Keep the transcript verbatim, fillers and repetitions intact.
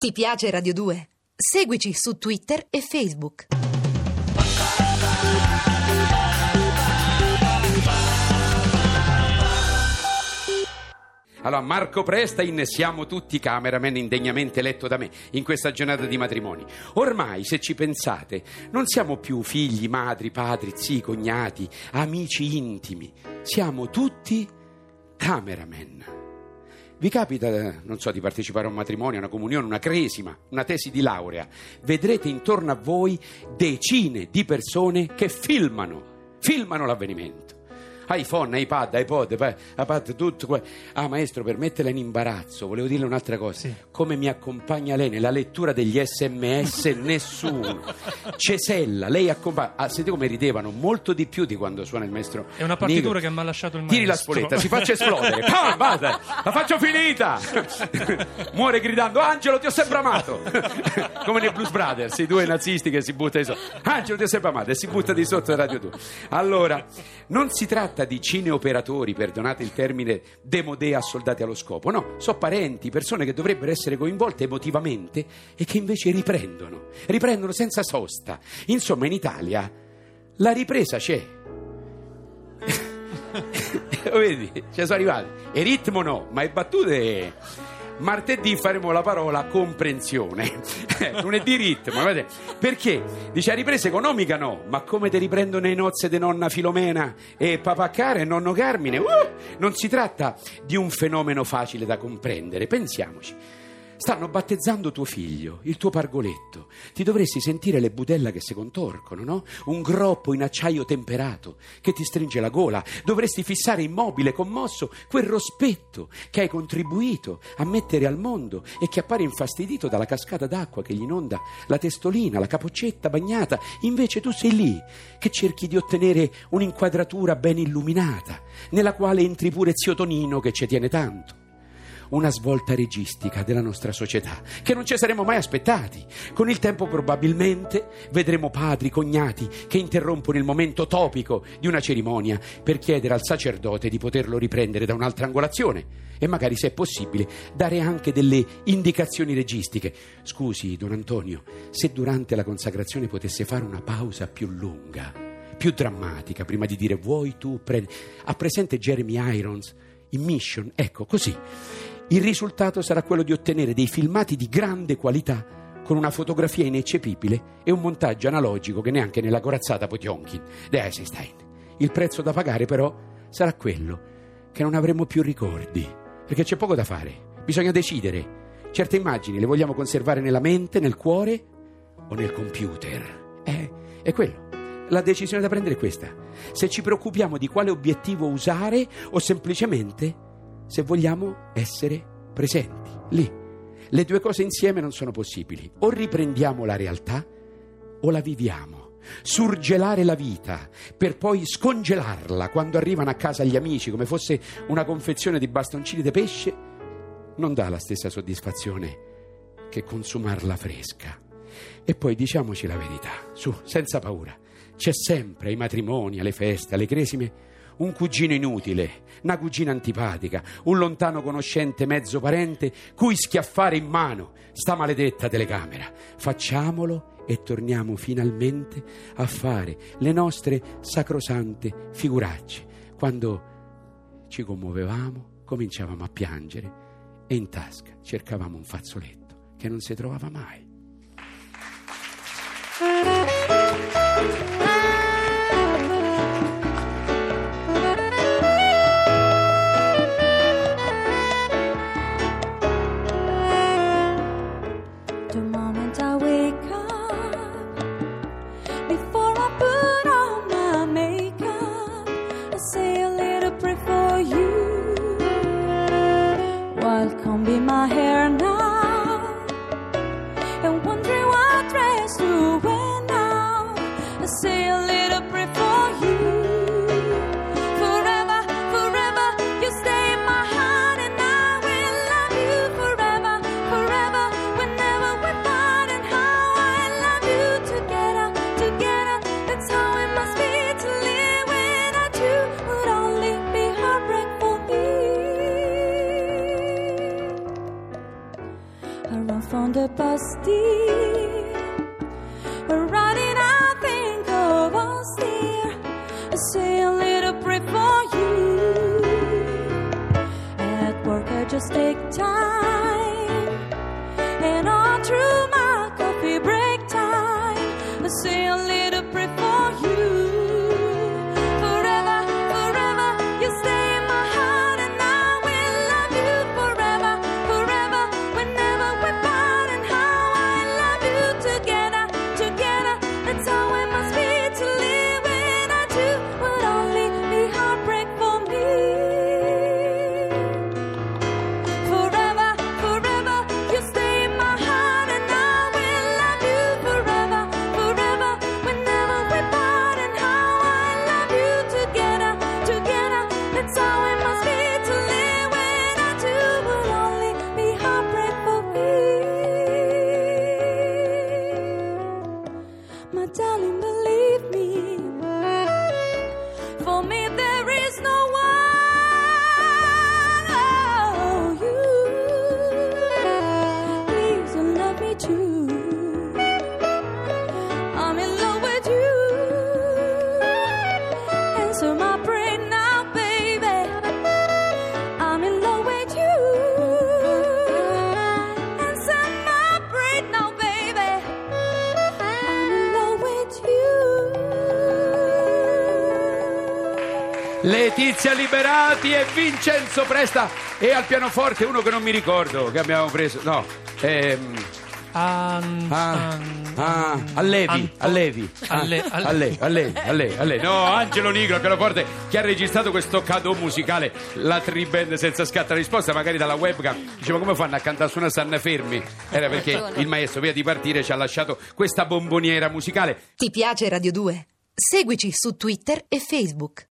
Ti piace Radio due? Seguici su Twitter e Facebook. Allora, Marco Prestain, siamo tutti cameraman indegnamente eletto da me in questa giornata di matrimoni. Ormai, se ci pensate, non siamo più figli, madri, padri, zii, cognati, amici intimi. Siamo tutti cameraman. Vi capita, non so, di partecipare a un matrimonio, a una comunione, una cresima, una tesi di laurea? Vedrete intorno a voi decine di persone che filmano, filmano l'avvenimento. iPhone, iPad, iPod, iPad, tutto qua. Ah, maestro, per metterla in imbarazzo, volevo dirle un'altra cosa. Sì. Come mi accompagna lei nella lettura degli sms? Nessuno. Cesella, lei accompagna. Ah, sentite come ridevano, molto di più di quando suona il maestro. È una partitura Nico. Che mi ha lasciato il maestro. Tiri la spoletta, si faccia esplodere. Pam, basta, la faccio finita. Muore gridando: Angelo, ti ho sempre amato. Come nei Blues Brothers, i due nazisti che si buttano di sotto. Angelo, ti ho sempre amato, e si butta di sotto Radio due. Allora, non si tratta di cineoperatori, perdonate il termine demodé, a soldati allo scopo. No, sono parenti, persone che dovrebbero essere coinvolte emotivamente e che invece riprendono, riprendono senza sosta. Insomma, in Italia la ripresa c'è. Vedi, ci sono arrivati. E ritmo no, ma le battute... Martedì faremo la parola comprensione. Lunedì ritmo, vedete? Perché? Dice, a ripresa economica no, ma come te riprendono le nozze di nonna Filomena e papà Cara e nonno Carmine? Uh, non si tratta di un fenomeno facile da comprendere, pensiamoci. Stanno battezzando tuo figlio, il tuo pargoletto. Ti dovresti sentire le budella che si contorcono, no? Un groppo in acciaio temperato che ti stringe la gola. Dovresti fissare immobile, commosso, quel rospetto che hai contribuito a mettere al mondo e che appare infastidito dalla cascata d'acqua che gli inonda la testolina, la capoccetta bagnata. Invece tu sei lì che cerchi di ottenere un'inquadratura ben illuminata, nella quale entri pure zio Tonino che ci tiene tanto. Una svolta registica della nostra società che non ci saremmo mai aspettati. Con il tempo probabilmente vedremo padri, cognati che interrompono il momento topico di una cerimonia per chiedere al sacerdote di poterlo riprendere da un'altra angolazione e magari, se è possibile, dare anche delle indicazioni registiche. Scusi, don Antonio, se durante la consacrazione potesse fare una pausa più lunga, più drammatica, prima di dire vuoi tu prendi... Ha presente Jeremy Irons in Mission? Ecco, così. Il risultato sarà quello di ottenere dei filmati di grande qualità con una fotografia ineccepibile e un montaggio analogico che neanche nella corazzata Potionkin di Eisenstein. Il prezzo da pagare però sarà quello che non avremo più ricordi, perché c'è poco da fare. Bisogna decidere. Certe immagini le vogliamo conservare nella mente, nel cuore o nel computer. Eh, è quello. La decisione da prendere è questa. Se ci preoccupiamo di quale obiettivo usare o semplicemente se vogliamo essere presenti lì. Le due cose insieme non sono possibili. O riprendiamo la realtà o la viviamo. Surgelare la vita per poi scongelarla quando arrivano a casa gli amici come fosse una confezione di bastoncini di pesce non dà la stessa soddisfazione che consumarla fresca. E poi diciamoci la verità, su, senza paura. C'è sempre ai matrimoni, alle feste, alle cresime un cugino inutile, una cugina antipatica, un lontano conoscente mezzo parente cui schiaffare in mano sta maledetta telecamera. Facciamolo e torniamo finalmente a fare le nostre sacrosante figuracce. Quando ci commuovevamo, cominciavamo a piangere e in tasca cercavamo un fazzoletto che non si trovava mai. Combing my hair now and wondering what dress to wear now. I say help us, dear. Riding, I think of us, dear. I say a little prayer for you. At work, I just take time, and all through my coffee break time, I say a little prayer for you. Forever, forever, you stay in my heart, and I will love you forever, forever, whenever we part, and how I love you together, together. That's how it must be to live when I do would only be heartbreak for me. Forever, forever, you stay in my heart, and I will love you forever, forever, whenever we part, and how I love you together, together. That's how it must be to live when I do would only be heartbreak for me. My darling, believe me, for me there is no one. Oh, you, please love me too. I'm in love with you. Answer my prayer now, baby. I'm in love with you. Answer my prayer now, baby. I'm in love with you. Letizia Liberati e Vincenzo Presta, e al pianoforte uno che non mi ricordo che abbiamo preso, no, ehm, An- ah, an- ah, Allevi, Anto- Allevi, Alle- ah, alle- Allevi, Allevi, Allevi, Allevi. No, Angelo Nigro al pianoforte, che ha registrato questo cadeau musicale, la triband senza scatta risposta, magari dalla webcam. Diceva, come fanno a cantare su una stanno fermi? Era perché il maestro prima di partire ci ha lasciato questa bomboniera musicale. Ti piace Radio due? Seguici su Twitter e Facebook.